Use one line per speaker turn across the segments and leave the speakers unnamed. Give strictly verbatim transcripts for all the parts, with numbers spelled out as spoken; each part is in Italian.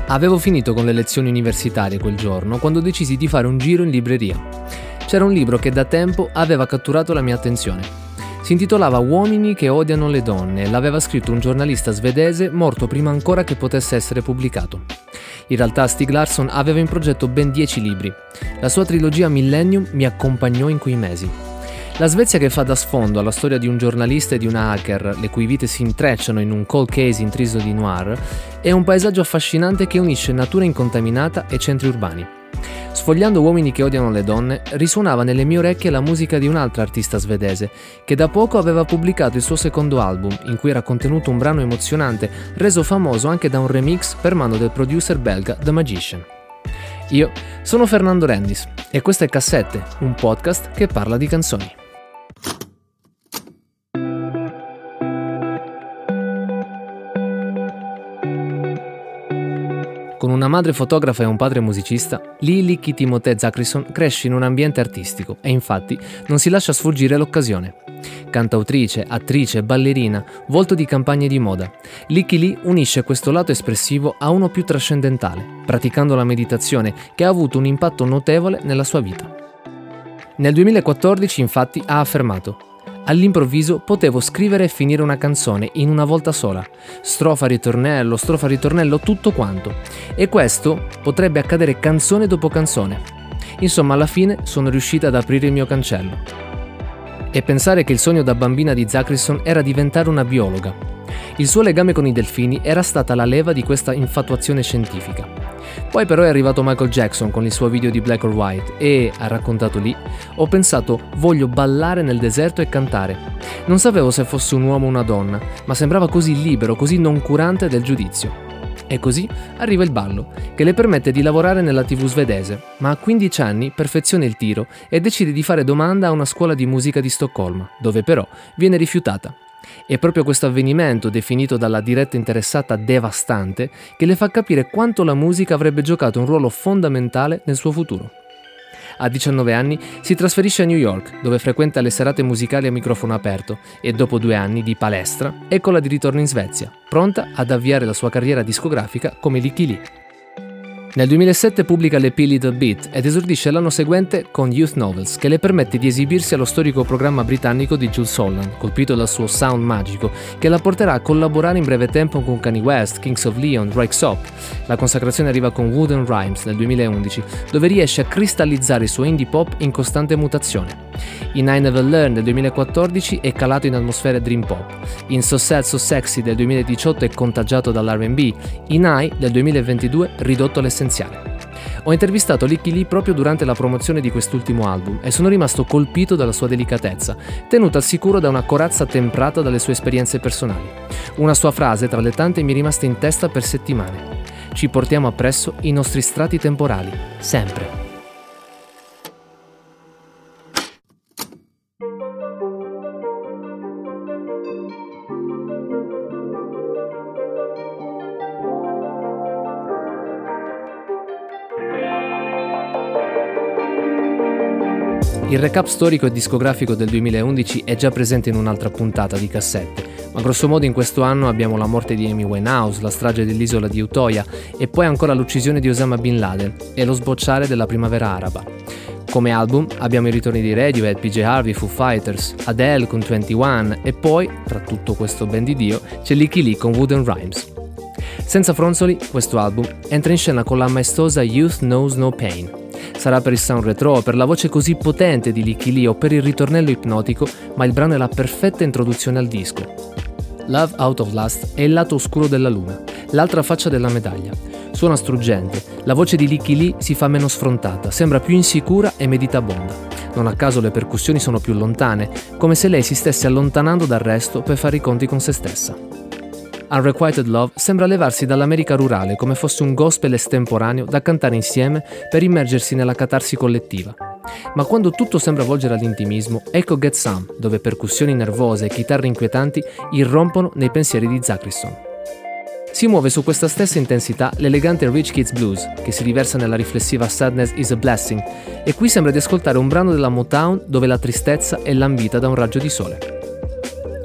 Avevo finito con le lezioni universitarie quel giorno quando decisi di fare un giro in libreria. C'era un libro che da tempo aveva catturato la mia attenzione. Si intitolava Uomini che odiano le donne e l'aveva scritto un giornalista svedese morto prima ancora che potesse essere pubblicato. In realtà Stieg Larsson aveva in progetto ben dieci libri. La sua trilogia Millennium mi accompagnò in quei mesi. La Svezia che fa da sfondo alla storia di un giornalista e di una hacker, le cui vite si intrecciano in un cold case intriso di noir, è un paesaggio affascinante che unisce natura incontaminata e centri urbani. Sfogliando Uomini che odiano le donne, risuonava nelle mie orecchie la musica di un'altra artista svedese, che da poco aveva pubblicato il suo secondo album, in cui era contenuto un brano emozionante, reso famoso anche da un remix per mano del producer belga The Magician. Io sono Fernando Rendis e questo è Cassette, un podcast che parla di canzoni. Con una madre fotografa e un padre musicista, Lili Timothée Zachrisson cresce in un ambiente artistico e infatti non si lascia sfuggire l'occasione. Cantautrice, attrice, ballerina, volto di campagne di moda, Lykke Li unisce questo lato espressivo a uno più trascendentale, praticando la meditazione che ha avuto un impatto notevole nella sua vita. Nel duemilaquattordici infatti ha affermato: all'improvviso potevo scrivere e finire una canzone in una volta sola, strofa, ritornello, strofa, ritornello, tutto quanto. E questo potrebbe accadere canzone dopo canzone. Insomma, alla fine sono riuscita ad aprire il mio cancello. E pensare che il sogno da bambina di Zachrisson era diventare una biologa. Il suo legame con i delfini era stata la leva di questa infatuazione scientifica. Poi però è arrivato Michael Jackson con il suo video di Black or White e, ha raccontato lì, ho pensato voglio ballare nel deserto e cantare. Non sapevo se fosse un uomo o una donna, ma sembrava così libero, così non curante del giudizio. E così arriva il ballo, che le permette di lavorare nella tivù svedese, ma a quindici anni perfeziona il tiro e decide di fare domanda a una scuola di musica di Stoccolma, dove però viene rifiutata. È proprio questo avvenimento, definito dalla diretta interessata devastante, che le fa capire quanto la musica avrebbe giocato un ruolo fondamentale nel suo futuro. A diciannove anni si trasferisce a New York, dove frequenta le serate musicali a microfono aperto e dopo due anni di palestra, eccola di ritorno in Svezia, pronta ad avviare la sua carriera discografica come Lykke Li. Nel duemilasette pubblica l'E P Little Bit ed esordisce l'anno seguente con Youth Novels, che le permette di esibirsi allo storico programma britannico di Jools Holland, colpito dal suo sound magico, che la porterà a collaborare in breve tempo con Kanye West, Kings of Leon, Röyksopp. La consacrazione arriva con Wooden Rhymes nel duemilaundici, dove riesce a cristallizzare il suo indie pop in costante mutazione. In I Never Learned del duemilaquattordici è calato in atmosfere dream pop. In So Sad So Sexy del duemiladiciotto è contagiato dall'R and B. In I del duemilaventidue ridotto all'essenziale. Ho intervistato Lykke Li proprio durante la promozione di quest'ultimo album e sono rimasto colpito dalla sua delicatezza, tenuta al sicuro da una corazza temprata dalle sue esperienze personali. Una sua frase tra le tante mi è rimasta in testa per settimane. Ci portiamo appresso i nostri strati temporali, sempre. Il recap storico e discografico del duemilaundici è già presente in un'altra puntata di Cassette, ma grosso modo in questo anno abbiamo la morte di Amy Winehouse, la strage dell'isola di Utoya e poi ancora l'uccisione di Osama Bin Laden e lo sbocciare della primavera araba. Come album abbiamo i ritorni di Radiohead, P J Harvey, Foo Fighters, Adele con ventuno e poi, tra tutto questo ben di Dio, c'è Lykke Li con Wooden Rhymes. Senza fronzoli, questo album entra in scena con la maestosa Youth Knows No Pain. Sarà per il sound retro, per la voce così potente di Lykke Li o per il ritornello ipnotico, ma il brano è la perfetta introduzione al disco. Love Out of Lust è il lato oscuro della luna, l'altra faccia della medaglia. Suona struggente, la voce di Lykke Li si fa meno sfrontata, sembra più insicura e meditabonda. Non a caso le percussioni sono più lontane, come se lei si stesse allontanando dal resto per fare i conti con se stessa. Unrequited Love sembra levarsi dall'America rurale come fosse un gospel estemporaneo da cantare insieme per immergersi nella catarsi collettiva. Ma quando tutto sembra volgere all'intimismo, ecco Get Some, dove percussioni nervose e chitarre inquietanti irrompono nei pensieri di Zachrisson. Si muove su questa stessa intensità l'elegante Rich Kids Blues, che si riversa nella riflessiva Sadness is a Blessing, e qui sembra di ascoltare un brano della Motown dove la tristezza è lambita da un raggio di sole.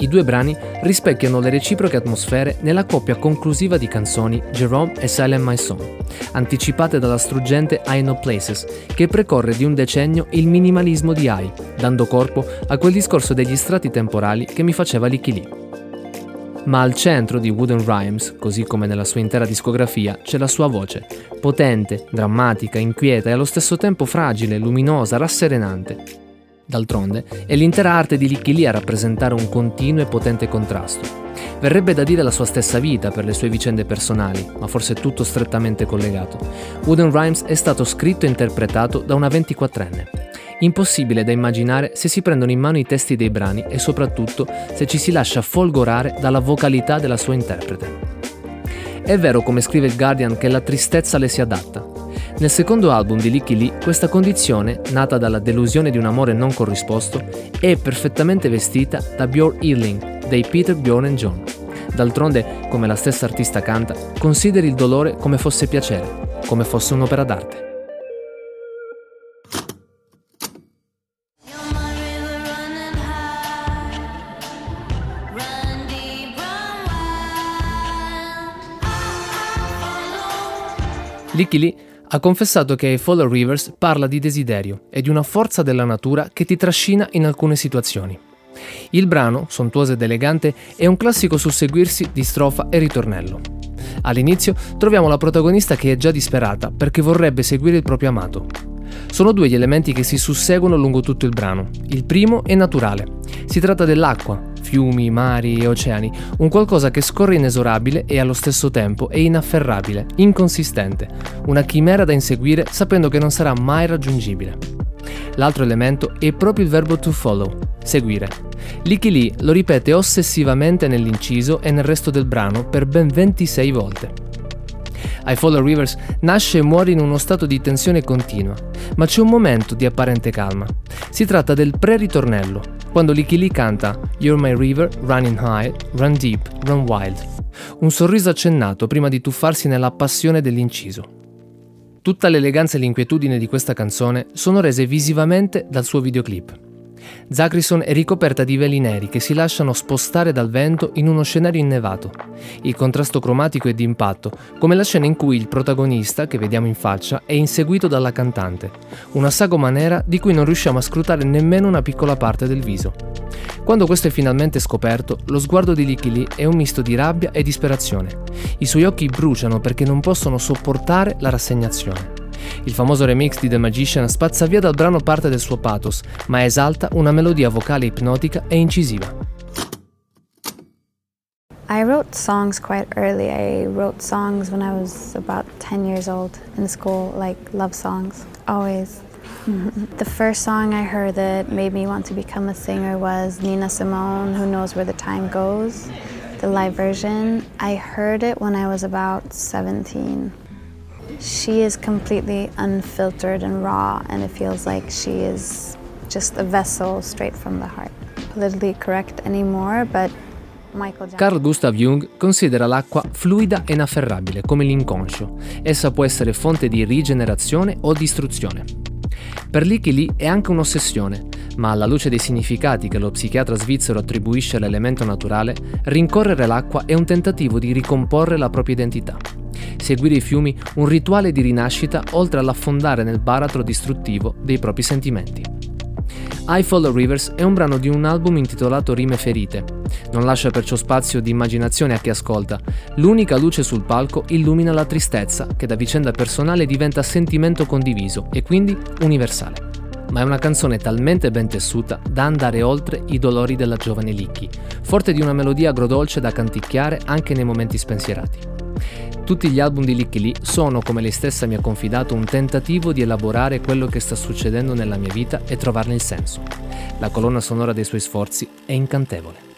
I due brani rispecchiano le reciproche atmosfere nella coppia conclusiva di canzoni Jerome e Silent My Song, anticipate dalla struggente I Know Places, che precorre di un decennio il minimalismo di I, dando corpo a quel discorso degli strati temporali che mi faceva Licky Lee. Ma al centro di Wooden Rhymes, così come nella sua intera discografia, c'è la sua voce, potente, drammatica, inquieta e allo stesso tempo fragile, luminosa, rasserenante. D'altronde, è l'intera arte di Licky Lee a rappresentare un continuo e potente contrasto. Verrebbe da dire la sua stessa vita per le sue vicende personali, ma forse è tutto strettamente collegato. Wooden Rhymes è stato scritto e interpretato da una ventiquattrenne. Impossibile da immaginare se si prendono in mano i testi dei brani e soprattutto se ci si lascia folgorare dalla vocalità della sua interprete. È vero, come scrive il Guardian, che la tristezza le si adatta. Nel secondo album di Licky Lee, questa condizione, nata dalla delusione di un amore non corrisposto, è perfettamente vestita da Björn Yngling dei Peter, Bjorn and John. D'altronde, come la stessa artista canta, consideri il dolore come fosse piacere, come fosse un'opera d'arte. Licky Lee ha confessato che I Follow Rivers parla di desiderio e di una forza della natura che ti trascina in alcune situazioni. Il brano, sontuoso ed elegante, è un classico susseguirsi di strofa e ritornello. All'inizio troviamo la protagonista che è già disperata perché vorrebbe seguire il proprio amato. Sono due gli elementi che si susseguono lungo tutto il brano. Il primo è naturale. Si tratta dell'acqua, fiumi, mari e oceani, un qualcosa che scorre inesorabile e allo stesso tempo è inafferrabile, inconsistente, una chimera da inseguire sapendo che non sarà mai raggiungibile. L'altro elemento è proprio il verbo to follow, seguire. Licky Lee lo ripete ossessivamente nell'inciso e nel resto del brano per ben ventisei volte. I Follow Rivers nasce e muore in uno stato di tensione continua, ma c'è un momento di apparente calma. Si tratta del pre-ritornello, quando Licky Lee canta You're my river, running high, run deep, run wild. Un sorriso accennato prima di tuffarsi nella passione dell'inciso. Tutta l'eleganza e l'inquietudine di questa canzone sono rese visivamente dal suo videoclip. Zacrison è ricoperta di veli neri che si lasciano spostare dal vento in uno scenario innevato. Il contrasto cromatico è d'impatto, come la scena in cui il protagonista, che vediamo in faccia, è inseguito dalla cantante, una sagoma nera di cui non riusciamo a scrutare nemmeno una piccola parte del viso. Quando questo è finalmente scoperto, lo sguardo di Licky Lee è un misto di rabbia e disperazione. I suoi occhi bruciano perché non possono sopportare la rassegnazione. Il famoso remix di The Magician spazza via dal brano parte del suo pathos, ma esalta una melodia vocale ipnotica e incisiva.
I wrote songs quite early. I wrote songs when I was about ten years old in school, like love songs, always. The first song I heard that made me want to become a singer was Nina Simone, Who Knows Where the Time Goes, the live version. I heard it when I was about seventeen. She is completely unfiltered and raw, and it feels like she is just a vessel straight from the heart. Politically correct anymore, but Michael Jackson.
Carl Gustav Jung considera l'acqua fluida e inafferrabile come l'inconscio. Essa può essere fonte di rigenerazione o distruzione. Per Licky Lee è anche un'ossessione, ma alla luce dei significati che lo psichiatra svizzero attribuisce all'elemento naturale, rincorrere l'acqua è un tentativo di ricomporre la propria identità. Seguire i fiumi, un rituale di rinascita oltre all'affondare nel baratro distruttivo dei propri sentimenti. I Follow Rivers è un brano di un album intitolato Rime ferite. Non lascia perciò spazio di immaginazione a chi ascolta. L'unica luce sul palco illumina la tristezza, che da vicenda personale diventa sentimento condiviso e quindi universale. Ma è una canzone talmente ben tessuta da andare oltre i dolori della giovane Licky, forte di una melodia agrodolce da canticchiare anche nei momenti spensierati. Tutti gli album di Licky Lee sono, come lei stessa mi ha confidato, un tentativo di elaborare quello che sta succedendo nella mia vita e trovarne il senso. La colonna sonora dei suoi sforzi è incantevole.